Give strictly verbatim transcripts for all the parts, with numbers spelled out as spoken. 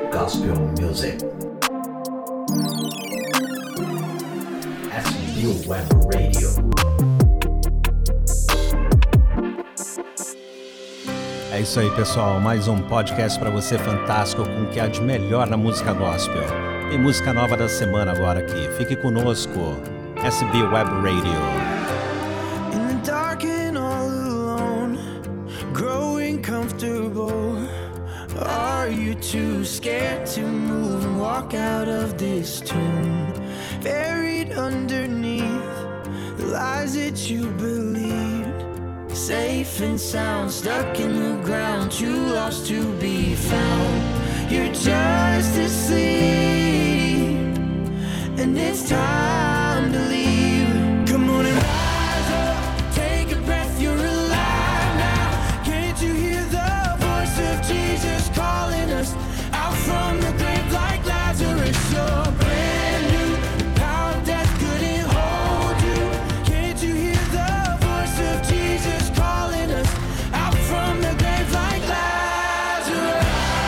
Gospel Music. S B Web Radio. É isso aí, pessoal. Mais um podcast para você fantástico com o que há de melhor na música gospel. Tem música nova da semana agora aqui. Fique conosco. S B Web Radio. In the dark and all alone, growing comfortable. Are you too scared to move and walk out of this tomb? Buried underneath the lies that you believed. Safe and sound, stuck in the ground, too lost to be found. You're just asleep, and it's time to leave. Come on and rise up, take a breath, you're alive now. Can't you hear the voice of Jesus calling us out from the grave like Lazarus? You're brand new, the power of death couldn't hold you. Can't you hear the voice of Jesus calling us out from the grave like Lazarus?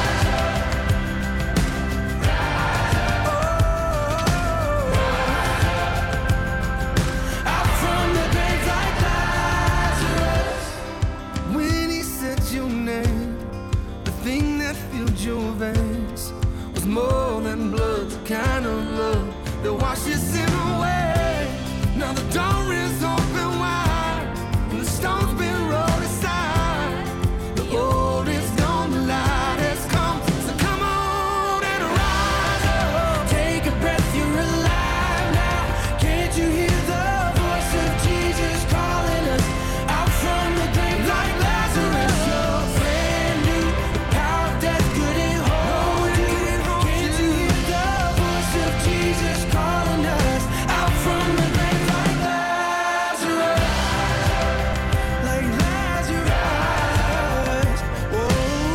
Out from the grave like Lazarus. When he said your name, the thing that filled your veins was more than blood, the kind of love that washes sin away. Now the door is open wide, and the stone's been rolled aside. The old is gone, the light has come. So come on and rise up, take a breath, you're alive now. Can't you hear the voice of Jesus calling us out from the grave like Lazarus? You're brand new, the power of death couldn't hold you. Can't you hear the voice of Jesus calling us out from the grave like Lazarus? Like Lazarus. Whoa.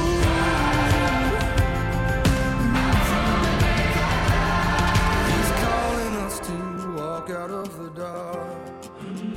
He's calling us to walk out of the dark.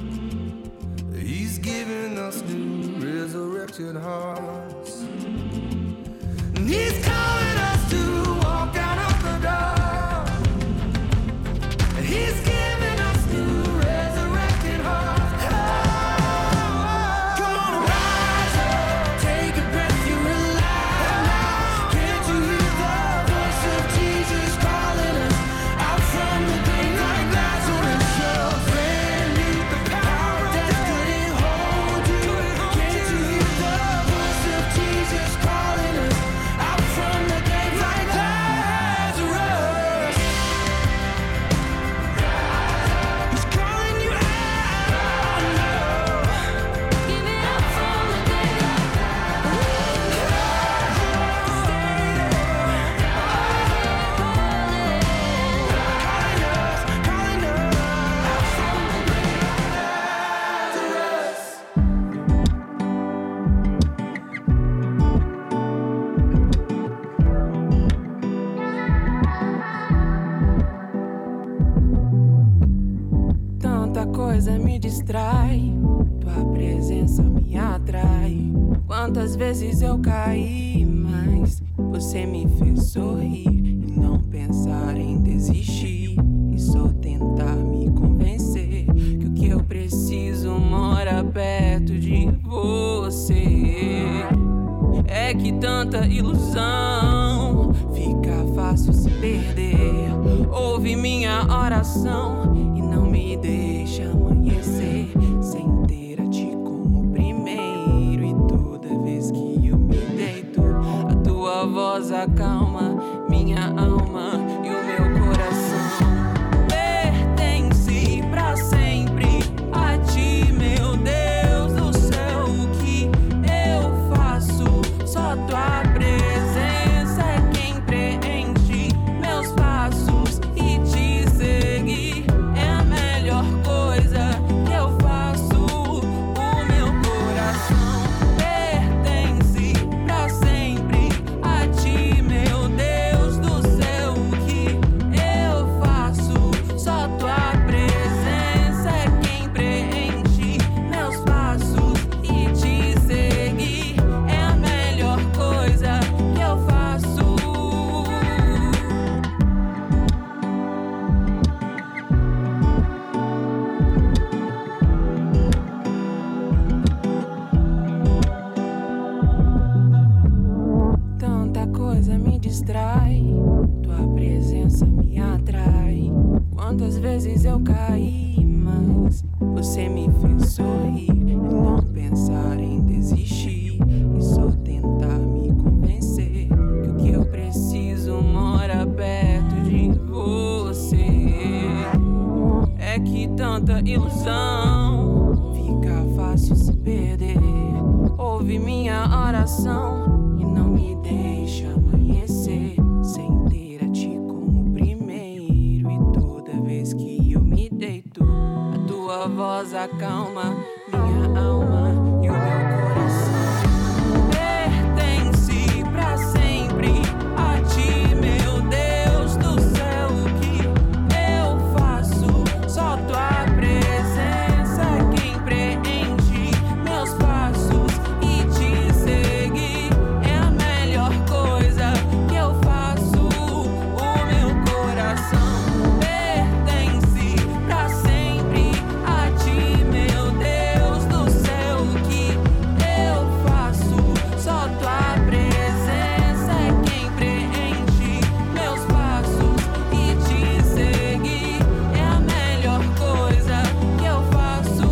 He's giving us new resurrected hearts. And he's calling us to walk out of the dark. And he's giving us new resurrected hearts. Oh, come on, rise up, take a breath, you're alive now. Can't you hear the voice of Jesus calling us out from the grave like Lazarus? You're brand new, the power of death couldn't hold you. Can't you hear the voice of Jesus calling us out from the grave like Lazarus? He's calling you out now. Give it up from the grave. Calling us, calling us out from the grave like Lazarus. Tanta coisa me distrai, tua presença me atrai. Quantas vezes eu caí, mas você me fez sorrir e não pensar em desistir e só tentar me convencer que o que eu preciso mora perto de você. É que tanta ilusão fica fácil se perder. Ouve minha oração e não me deixa amanhecer sem ter a ti como primeiro. E toda vez que eu me deito, a tua voz acalma minha alma e o meu coração. Pertence pra sempre a ti, meu Deus do céu. O que eu faço, só tua presença é quem preenche meus passos, e te seguir é a melhor coisa que eu faço. O meu coração pertence pra sempre a ti, meu Deus do céu. O distrai, tua presença me atrai. Quantas vezes eu caí, mas você me fez sorrir. E não pensar em desistir, e só tentar me convencer que o que eu preciso mora perto de você. É que tanta ilusão fica fácil se perder. Ouve minha oração e não me deixa amanhecer sem ter a ti como primeiro. E toda vez que eu me deito, a tua voz acalma minha alma e o meu coração. Pertence pra sempre a ti, meu Deus do céu. O que eu faço, só tua presença é quem preenche meus passos. E te seguir é a melhor coisa que eu faço. O meu coração pertence pra sempre a ti, meu Deus do céu. O que eu faço, só tua presença é quem preenche meus passos. E te seguir é a melhor coisa que eu faço.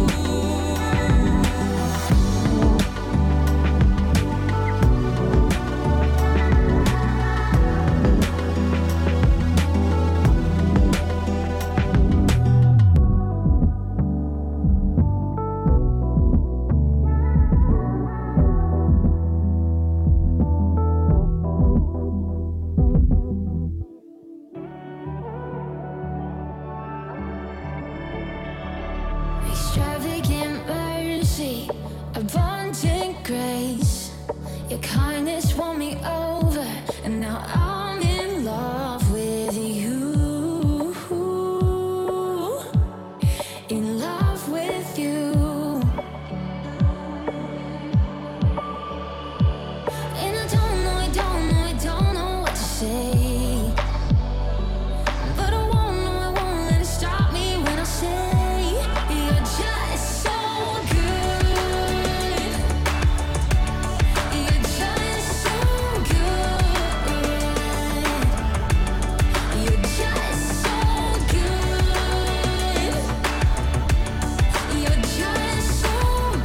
Extravagant mercy, abundant grace. Your kindness won me over, and now I'm in love with you. In love with you. And I don't know, I don't know, I don't know what to say. But I won't know, I won't let it stop me when I say you're just so good. You're just so good. You're just so good. You're just so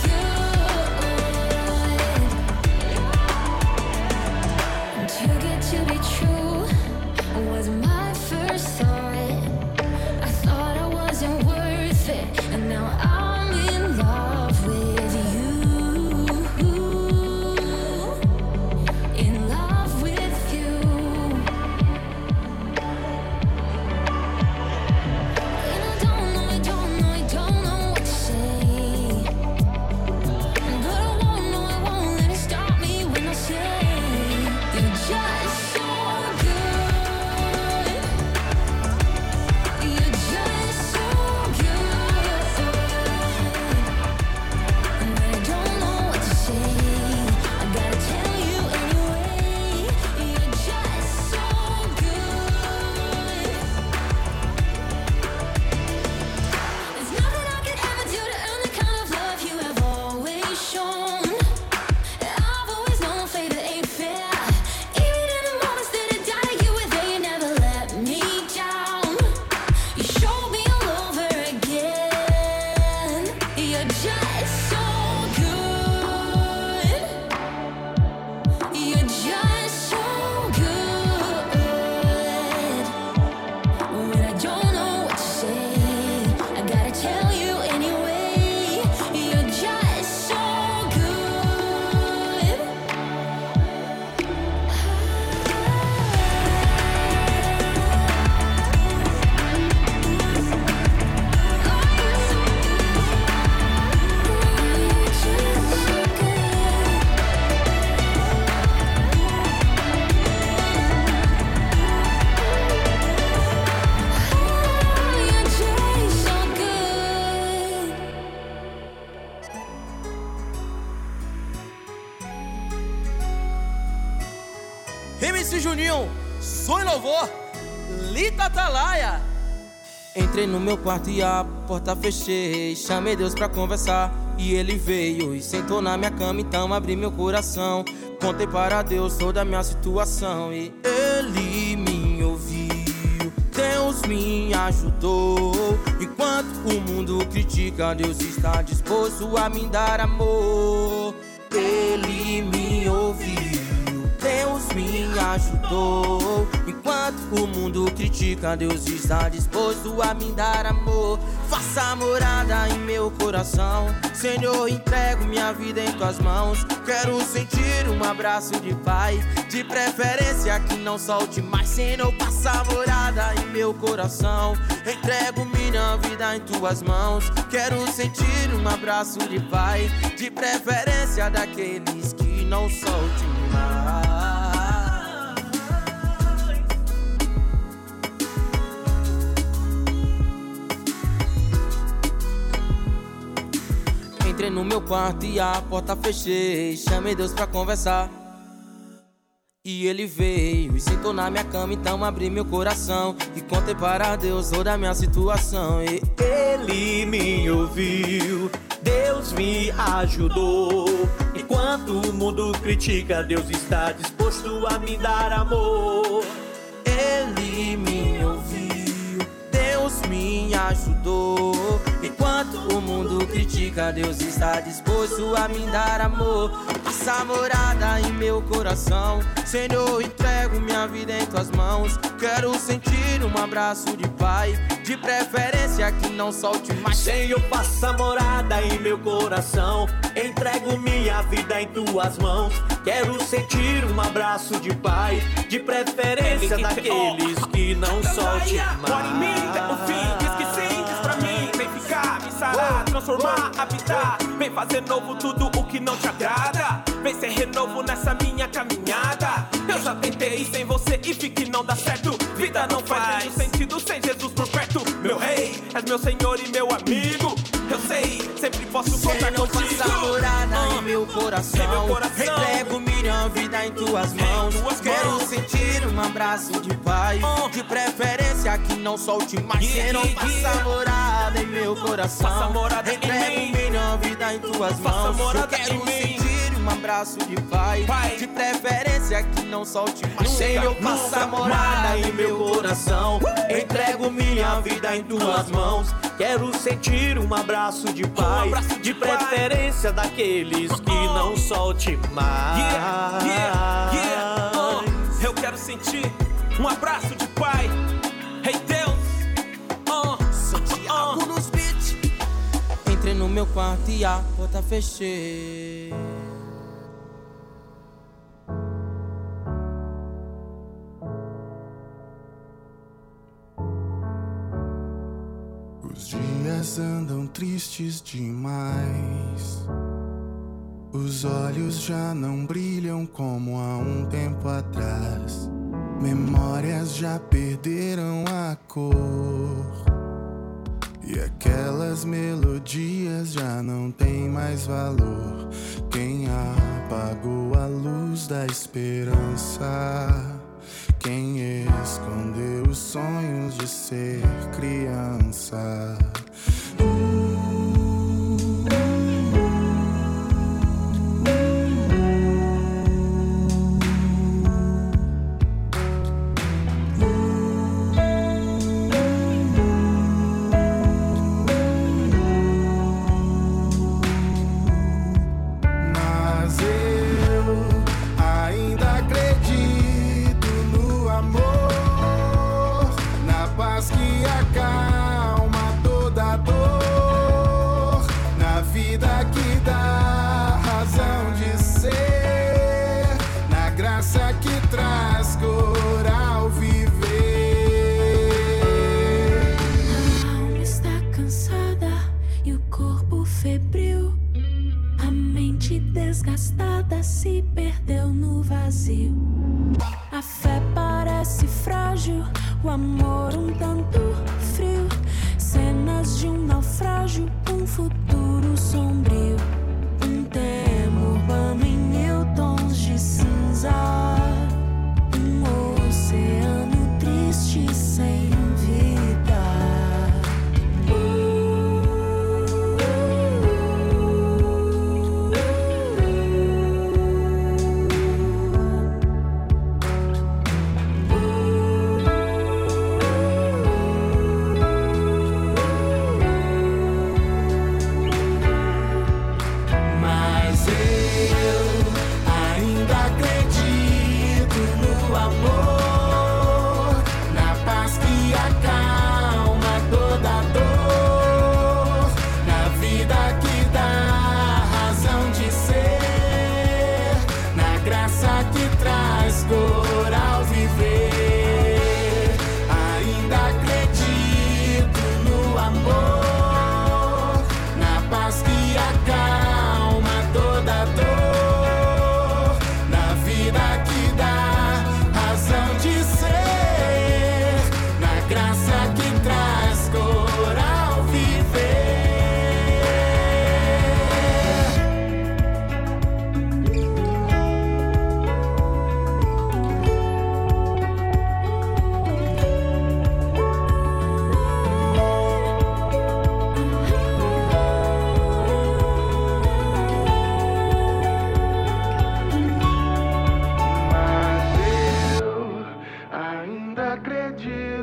good. Too good to be true was my first thought. I thought I wasn't worth it, and now I'm in love with you. In love with you. And I don't know, I don't know, I don't know what to say. But I won't know, I won't let it stop me when I say you're just so good. You're just so good. And I don't know what to say, I gotta tell you anyway. You're just so good. There's nothing I could ever do to earn the kind of love you have always shown. I've always known fate ain't fair. Even in the moments that I doubted you were there, you never let me down. You showed me all over again. You're just so good. You're just so good. When I don't know what to say, I gotta tell you anyway. You're just so good. You're just so good. M C Juninho, som e louvor, Lita Atalaia. Entrei no meu quarto e a porta fechei. Chamei Deus pra conversar e ele veio e sentou na minha cama, então abri meu coração. Contei para Deus toda a minha situação e Ele me ouviu, Deus me ajudou. Enquanto o mundo critica, Deus está disposto a me dar amor. Ele me ouviu, Deus me ajudou. Enquanto o mundo critica, Deus está disposto a me dar amor. Faça morada em meu coração, Senhor, entrego minha vida em tuas mãos. Quero sentir um abraço de pai, de preferência que não solte mais. Senhor, faça morada em meu coração, entrego minha vida em tuas mãos. Quero sentir um abraço de pai, de preferência daqueles que não solte mais. Entrei no meu quarto e a porta fechei. Chamei Deus pra conversar e Ele veio e sentou na minha cama. Então abri meu coração e contei para Deus toda a minha situação. E Ele me ouviu, Deus me ajudou. Enquanto o mundo critica, Deus está disposto a me dar amor. Ele me ouviu, Deus me ajudou. Enquanto o mundo critica, Deus está disposto a me dar amor. Faça morada em meu coração, Senhor, entrego minha vida em tuas mãos. Quero sentir um abraço de pai, de preferência que não solte mais. Senhor, faça morada em meu coração, entrego minha vida em tuas mãos. Quero sentir um abraço de pai, de preferência daqueles que não solte mais. Bora em mim, até o fim, diz que sim, diz pra mim. Vem ficar, me sarar, transformar, habitar. Vem fazer novo tudo o que não te agrada. Vem ser renovo nessa minha caminhada. Eu já tentei sem você e vi que não dá certo. Vida não faz muito sentido sem Jesus por perto. Meu rei, és meu senhor e meu amigo. Eu sei, sempre posso contar Senhor, contigo. faça morada Ah, em meu coração, em meu coração. entrego minha vida em tuas mãos. tuas Quero mãos. sentir um abraço de pai, Ah. de preferência que não solte mais. Yeah, Senhor, yeah, faça yeah. morada em meu coração, Faça morada em entrego mim. minha vida em tuas Faça mãos. Eu morada quero em mim. sentir um abraço de pai, Pai. de preferência que não solte mais. Nunca, Senhor, nunca faça morada em meu coração, entrego minha vida em tuas mãos. Quero sentir um abraço de pai, abraço de de pai. preferência daqueles que não solte mais. Yeah, yeah, yeah. Oh, eu quero sentir um abraço de pai. Hey Deus, oh, Santiago nos beats. Entrei no meu quarto e a porta fechei. Os dias andam tristes demais. Os olhos já não brilham como há um tempo atrás. Memórias já perderam a cor. E aquelas melodias já não têm mais valor. Quem apagou a luz da esperança? Quem escondeu os sonhos de ser criança? Mas eu ainda acredito no amor, na paz que acalma toda dor, na vida que dá razão de ser, na graça que traz cor ao viver. A alma está cansada e o corpo febril. A mente desgastada se perdeu no vazio. A fé parece frágil, o amor um tanto frio. Cenas de um naufrágio, um futuro sombrio. Um tema urbano em mil tons de cinza. Um oceano triste sem vida. Uh,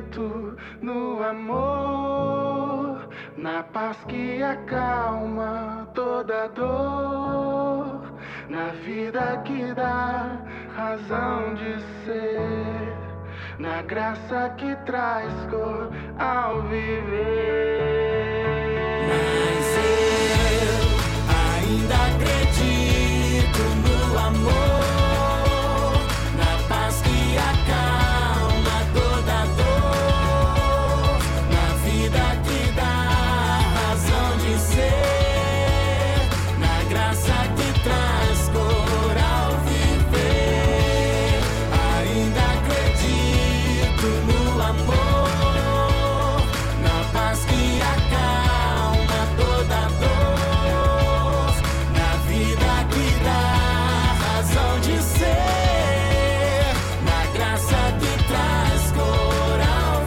acredito no amor, na paz que acalma toda dor, na vida que dá razão de ser, na graça que traz cor ao viver. Mas eu ainda acredito no amor, na paz que acalma toda dor, na vida que dá razão de ser, na graça que traz cor ao viver. Ainda acredito no amor, na paz que acalma toda dor, na vida que dá razão de ser, na graça que traz cor ao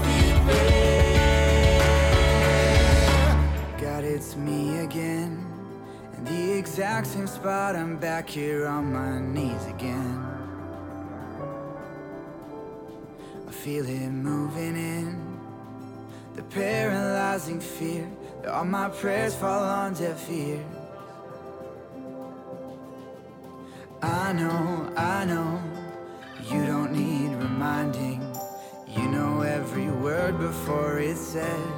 viver. God, it's me again, in the exact same spot. I'm back here on my knees again. I feel it moving in, the paralyzing fear that all my prayers fall on deaf ears. I know, I know, you don't need reminding. You know every word before it's said.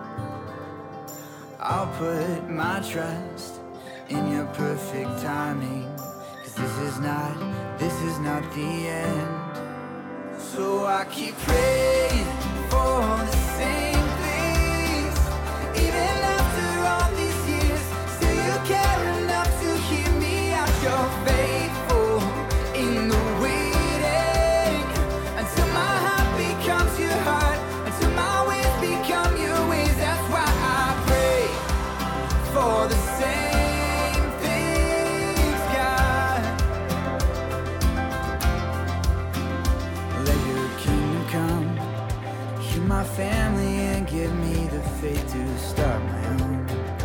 I'll put my trust in your perfect timing, 'cause this is not, this is not the end. So I keep praying for the same things, even after all these years. Still you care enough to hear me out. You're faithful in the waiting, until my heart becomes your heart, until my ways become your ways. That's why I pray for the same things, God. Let your kingdom come, heal my family and give me the faith to start my own.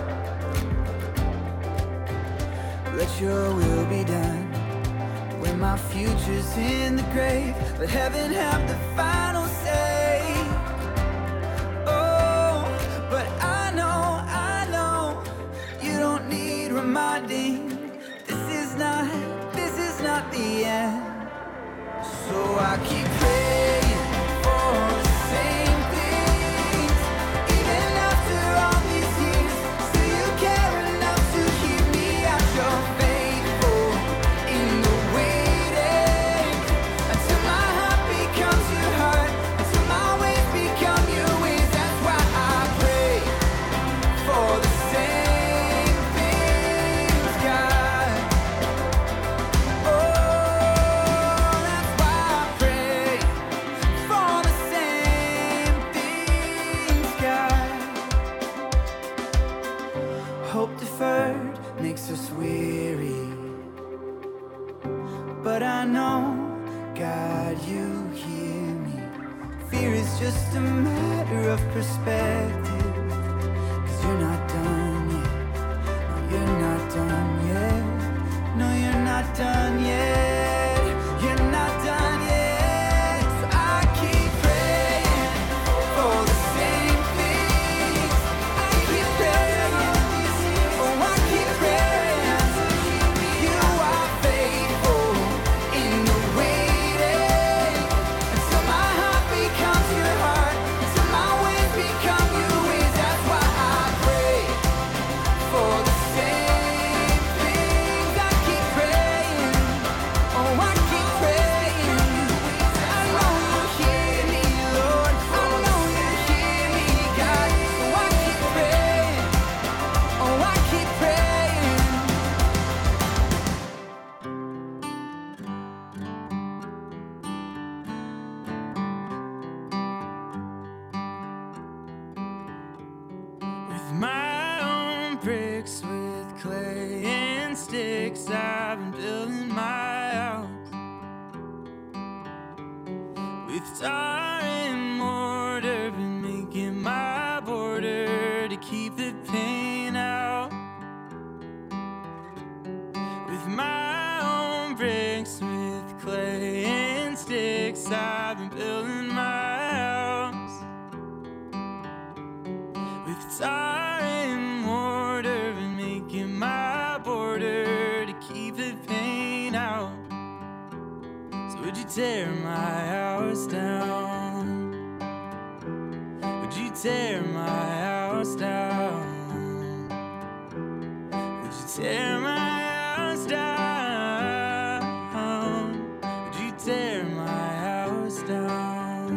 Let your will be done when my future's in the grave. Let heaven have the final say. Oh, but I know, I know, you don't need reminding. This is not, this is not the end. So I keep praying for the same things, even after all these years. Still you care enough to hear me out. You're faithful in the waiting, until my heart becomes your heart, until my ways become your ways. That's why I pray for the same things, God. Oh, that's why I pray for the same things, God. Hope deferred makes us weary, but I know, God, you hear me. Fear is just a matter of perspective, 'cause you're not done yet. No, you're not done yet. No, you're not done yet. You're not done yet. So I keep praying for the same things. I keep praying. Oh, I keep praying. You are faithful in the waiting, until my heart becomes your heart, until my ways become your ways. That's why I pray for the same things. I keep praying. Oh, I keep praying. I know you hear me, Lord. I know you hear me, God. So I keep praying. Oh, I keep praying. With my own bricks, with clay and sticks, I've been building my house. With tar and mortar, been making my border to keep the pain out. With my own bricks, with clay and sticks, I've been building my house. tear my house down? Would you tear my house down? Would you tear my house down? Would you tear my house down?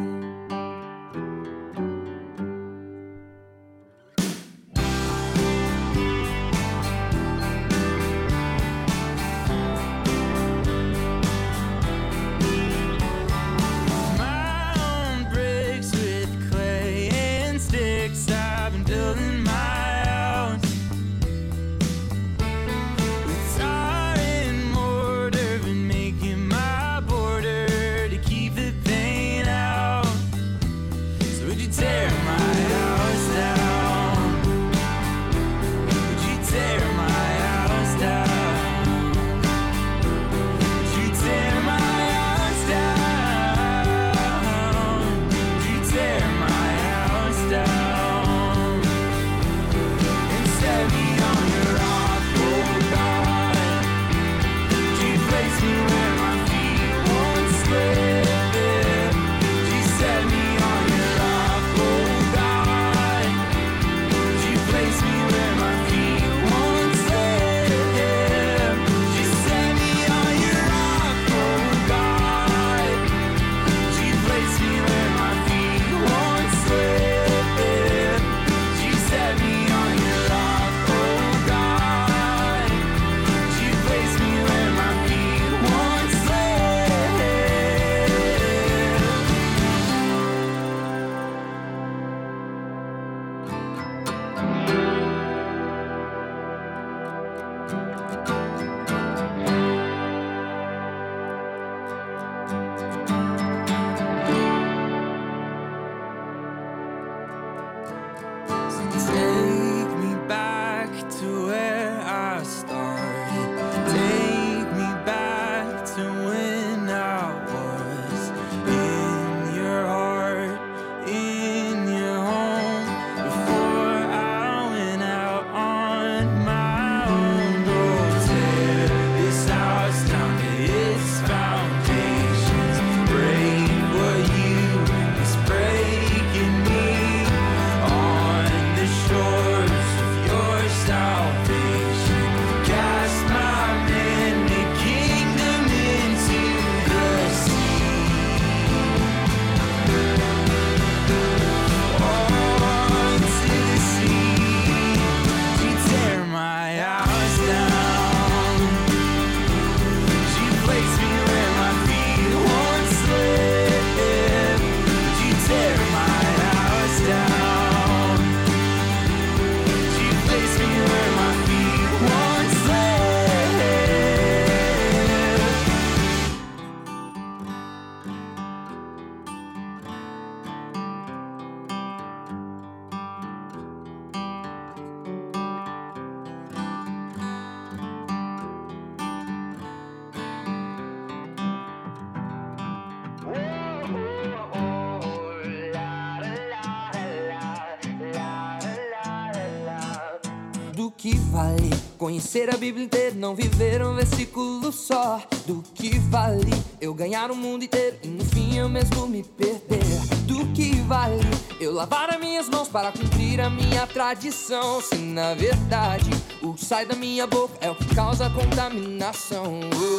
que vale conhecer a Bíblia inteira, não viver um versículo só? Do que vale eu ganhar o mundo inteiro e no fim eu mesmo me perder? Do que vale eu lavar as minhas mãos para cumprir a minha tradição? Se na verdade o que sai da minha boca é o que causa contaminação.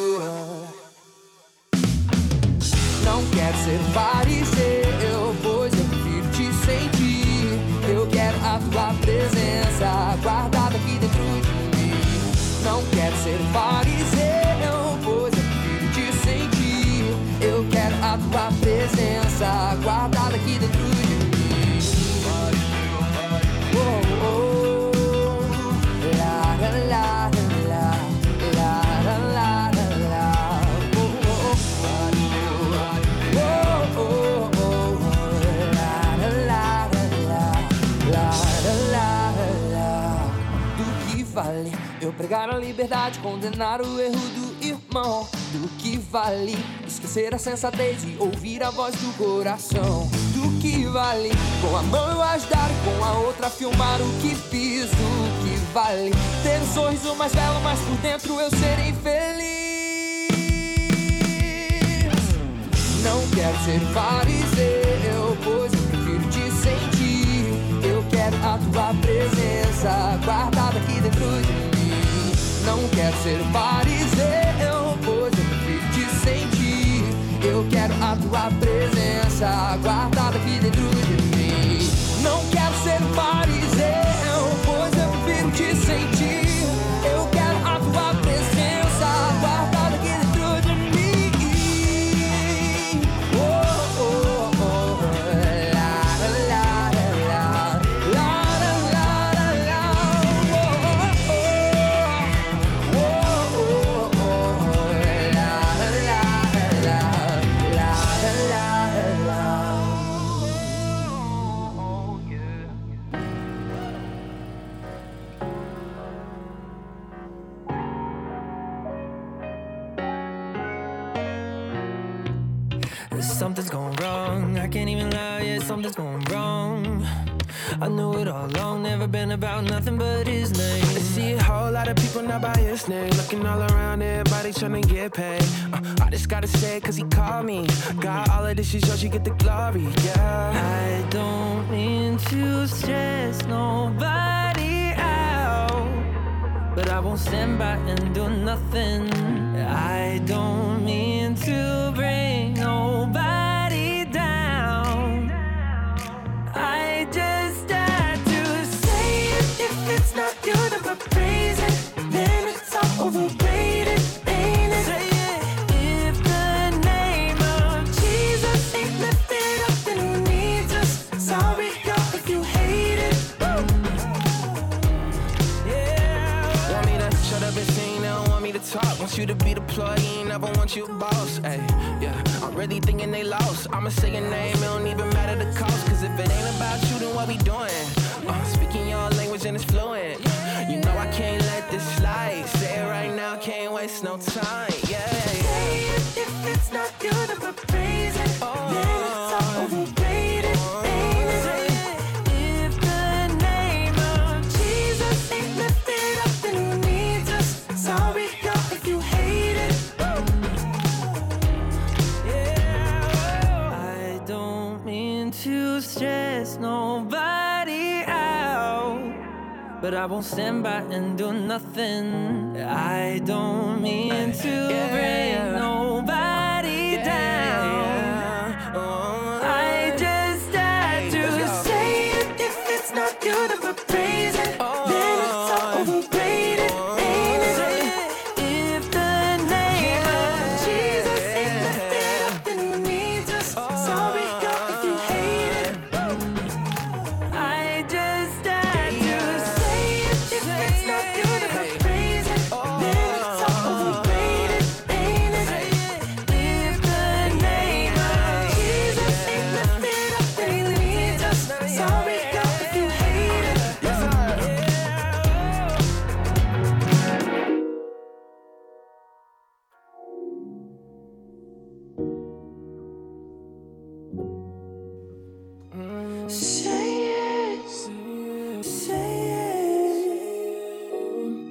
uh. Não quero ser fariseu, pois eu prefiro te sentir. Eu quero a tua presença guardada aqui dentro de mim. Não quero ser fariseu, pois eu prefiro te sentir. Eu quero a tua presença guardada aqui dentro de mim. Oh, oh, la, la, la, la, la, la, la, la. Oh, oh, oh, oh, oh, oh, la, la, la, la, la, la. Do que vale eu pregar a liberdade, condenar o erro do irmão? Do que vale esquecer a sensatez e ouvir a voz do coração? Do que vale com a mão eu ajudar e com a outra filmar o que fiz? Do que vale ter um sorriso mais belo, mas por dentro eu ser infeliz? Não quero ser fariseu, pois eu prefiro te sentir. Eu quero a tua presença guardada aqui dentro de mim. Não quero ser fariseu, pois eu prefiro te sentir. Eu quero a tua presença guardada aqui dentro de mim. Não quero ser fariseu, pois eu prefiro te sentir. Eu quero a tua presença guardada aqui dentro de mim. Oh, oh, oh, la, la, la, la, la, la, la, la, oh, oh, oh, oh, oh, la, la, la, la, la, la. Something's going wrong, I can't even lie, yeah, something's going wrong. I knew it all along, never been about nothing but his name. I see a whole lot of people not by his name, looking all around, everybody tryna get paid. uh, I just gotta say it cause he called me. Got all of this, is yours, you get the glory, yeah. I don't mean to stress nobody out, but I won't stand by and do nothing. I don't mean to bring nobody down. I just had to say it. If it's not you, then we're praising, then it's all overrated, ain't it? Say it. If the name of Jesus ain't lifted up, then who needs us? Sorry, y'all, if you hate it. Yeah. Want me to shut up and sing, they don't want me to talk. Want you to be the employee, never want you a boss. Ay, yeah, I'm really thinking they lost. I'ma say your name, it don't even matter the cost. Cause if it ain't about you, then what we doing? Uh, speaking your language and it's fluent. You know I can't let this slide. Say it right now, can't waste no time. Yeah, yeah. Say it. If it's not you, then we're praising, oh, then it's all overrated, oh, ain't it? Say it. If the name of Jesus ain't lifted up, then who needs us? Sorry, y'all, if you hate it. I don't mean to stress nobody out, but I won't stand by and do nothing. I don't mean to yeah, bring yeah. nobody Yeah, down. yeah. Oh, I just had hey, to let's go. say it. If it's not you, then we're praising, Oh, then it's all overrated, oh, ain't it? Say it. If the name of Jesus ain't lifted up, then who needs us? Sorry, y'all, if you hate it. I just had to say it. If it's not you, then we're praising, then it's all overrated, ain't it? If the name of Jesus ain't lifted up, then who needs us? Sorry, y'all, if you hate it. Say it, say it.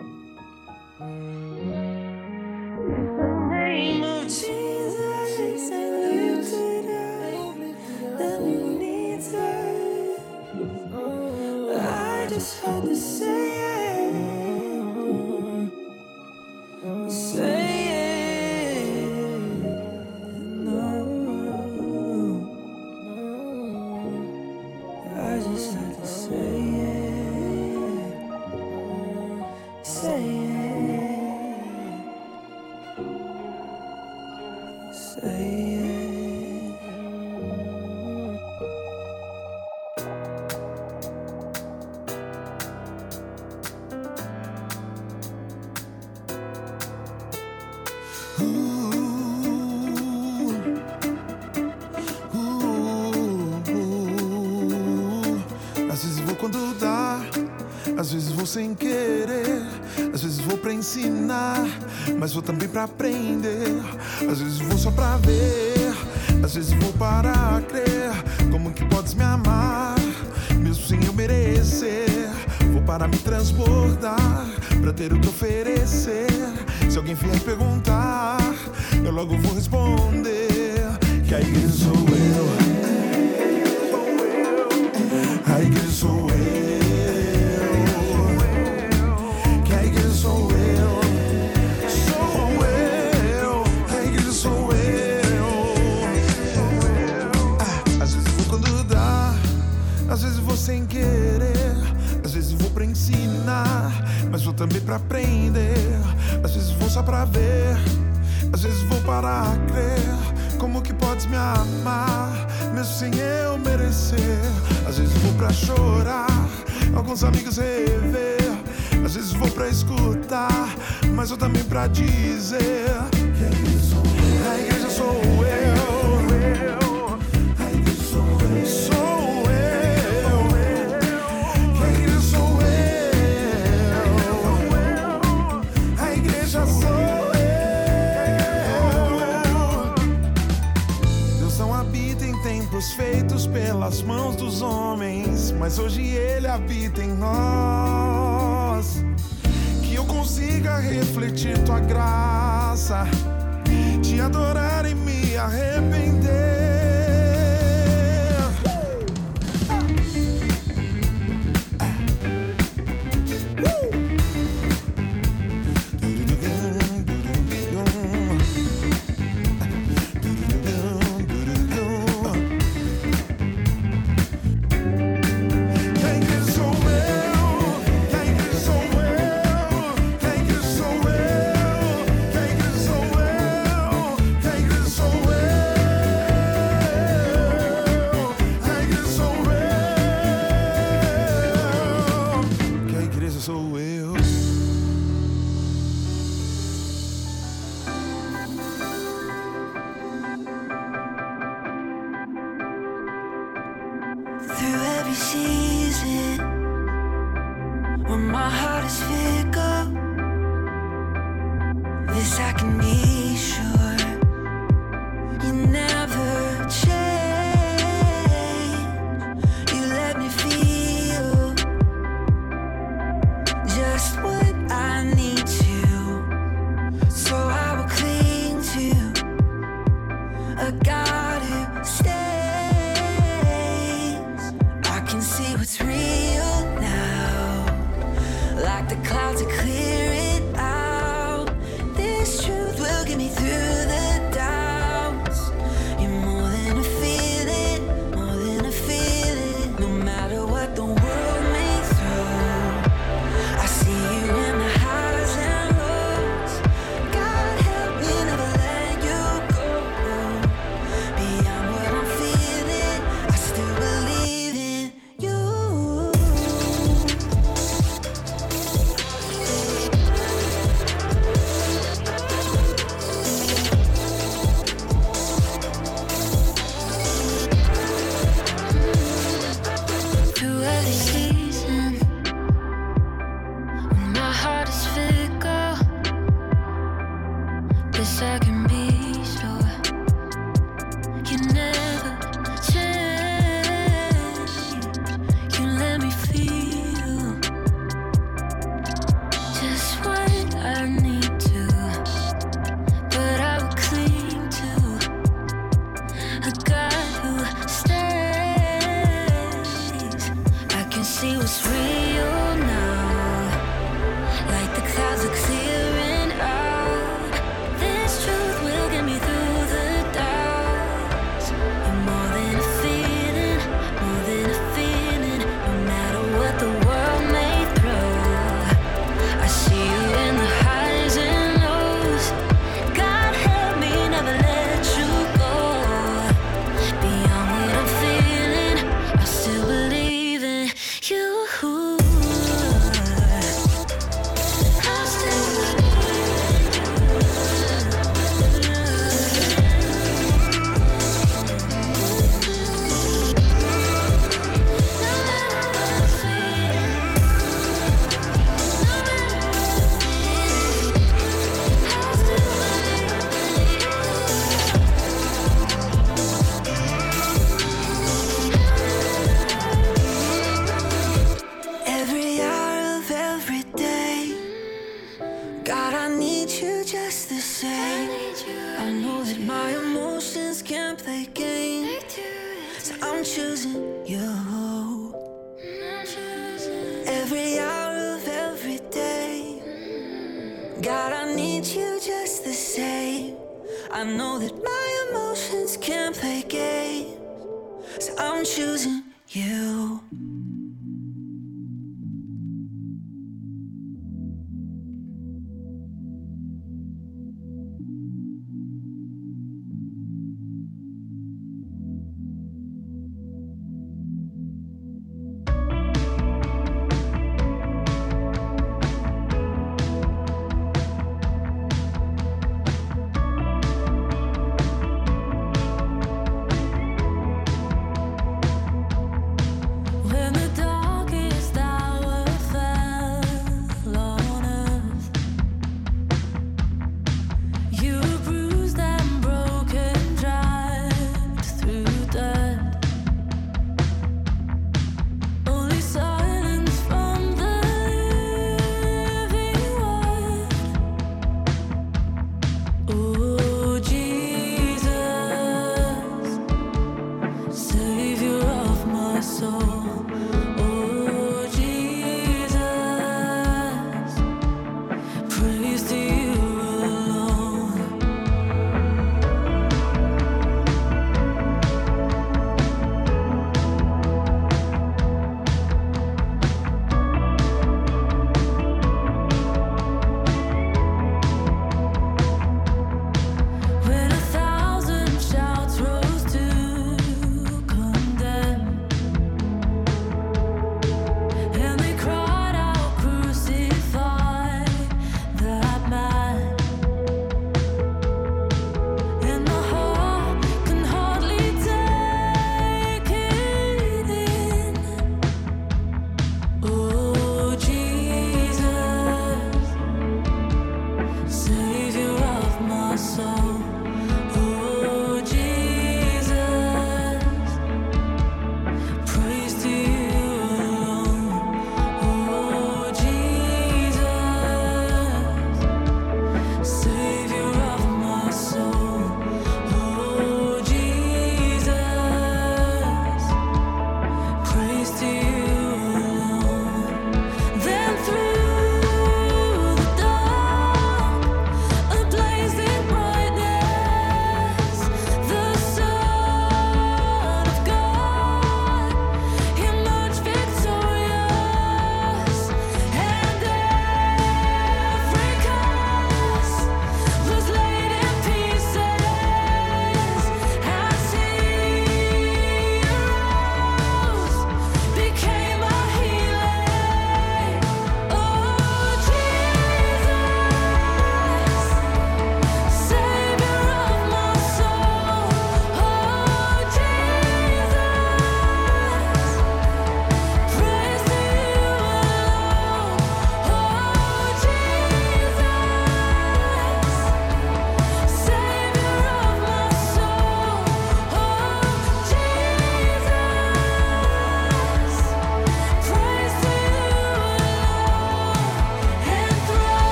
The name of Jesus ain't lifted up, then who needs us? I just had to say it, say it. No. I just had to say it, say it, say it. Às vezes vou quando dá, às vezes vou sem querer, às vezes vou pra ensinar, mas vou também pra aprender. Às vezes vou só pra ver, às vezes vou para crer. Como que podes me amar, mesmo sem eu merecer? Vou para me transbordar, pra ter o que oferecer. Se alguém vier perguntar, eu logo vou responder que a igreja sou eu. A igreja sou eu. Que a igreja sou eu. Sou eu. A igreja sou eu. Ah, às vezes vou quando dá, às vezes vou sem querer, às vezes vou pra ensinar, mas vou também pra aprender. Às vezes vou só pra ver, às vezes vou para crer. Como que podes me amar, mesmo sem eu merecer? Às vezes vou pra chorar, alguns amigos rever. Às vezes vou pra escutar, mas eu também pra dizer que a igreja sou eu. A igreja sou eu. A igreja sou eu. Sou eu. Que a igreja sou eu. A igreja sou eu. Feitos pelas mãos dos homens, mas hoje Ele habita em nós. Que eu consiga refletir Tua graça, Te adorar e me arrepender. Clouds I'm choosing you. Every hour of every day, God, I need you just the same. I know that my emotions can't play games, so I'm choosing you.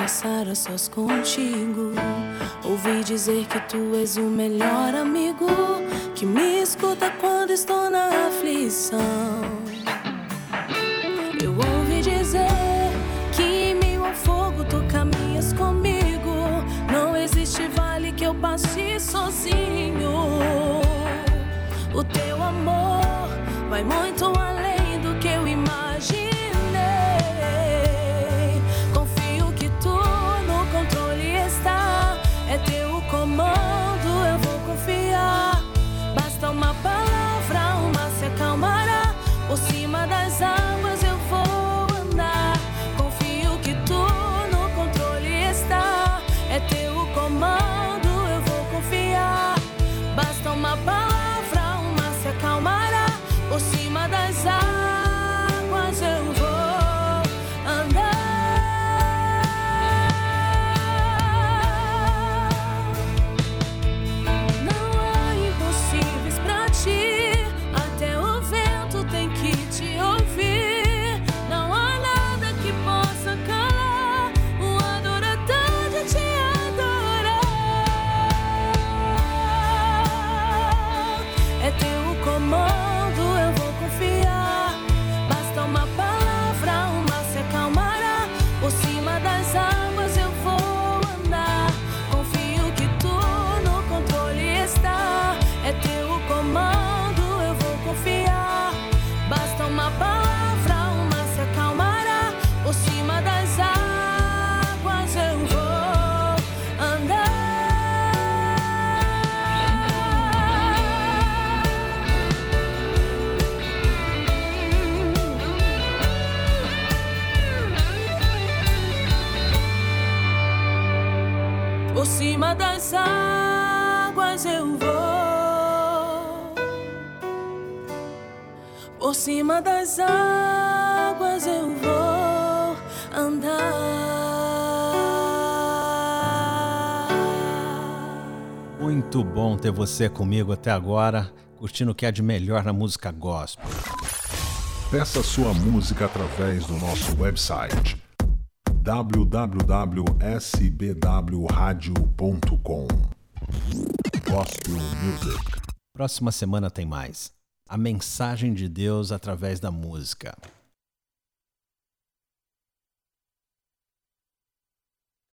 passar a sós contigo. Ouvi dizer que tu és o melhor amigo, que me escuta quando estou na aflição. Eu ouvi dizer que em meio ao fogo tu caminhas comigo. Não existe vale que eu passe sozinho. O teu amor vai muito além do que eu imaginei. Confio que tu no controle está. É teu comando, eu vou confiar. Basta uma palavra, o mar se acalmará. Por cima das águas eu vou andar. Confio que tu no controle está. É teu comando, eu vou confiar. Basta uma palavra, o mar se acalmará. Por cima das águas eu vou andar. Não há impossíveis pra ti. Até o vento tem que te ouvir. Não há nada que possa calar o adorador de te adorar. É teu comando, eu vou confiar. Basta uma palavra, o mar se acalmará. Por cima das águas eu vou andar. Confio que tu no controle está. É teu comando, eu vou confiar. Basta uma palavra, o mar se acalmará. Por cima das águas eu vou andar. Por cima das águas eu vou. Por cima das águas eu vou andar. Muito bom ter você comigo até agora, curtindo o que há de melhor na música gospel. Peça sua música através do nosso website w w w ponto s b w radio ponto com. Gospel Music. Próxima semana tem mais. A mensagem de Deus através da música.